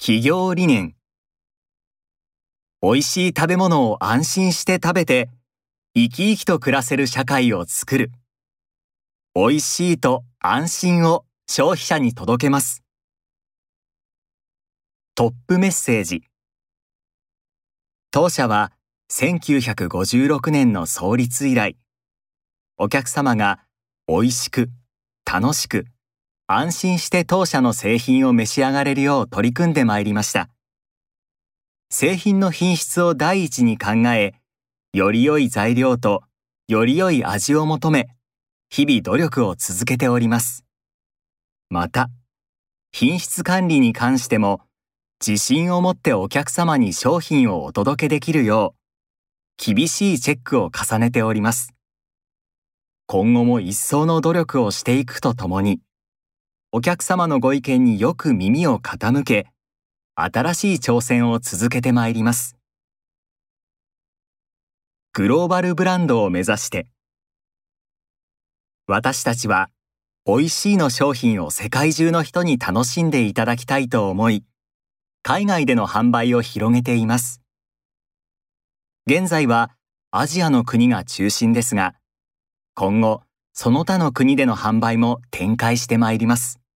企業理念。美味しい食べ物を安心して食べて、生き生きと暮らせる社会を作る。美味しいと安心を消費者に届けます。トップメッセージ。当社は1956年の創立以来、お客様が美味しく、楽しく、安心して当社の製品を召し上がれるよう取り組んでまいりました。製品の品質を第一に考え、より良い材料とより良い味を求め、日々努力を続けております。また、品質管理に関しても、自信を持ってお客様に商品をお届けできるよう、厳しいチェックを重ねております。今後も一層の努力をしていくとともに、お客様のご意見によく耳を傾け、新しい挑戦を続けてまいります。グローバルブランドを目指して、私たちは、美味しいの商品を世界中の人に楽しんでいただきたいと思い、海外での販売を広げています。現在はアジアの国が中心ですが、今後、その他の国での販売も展開してまいります。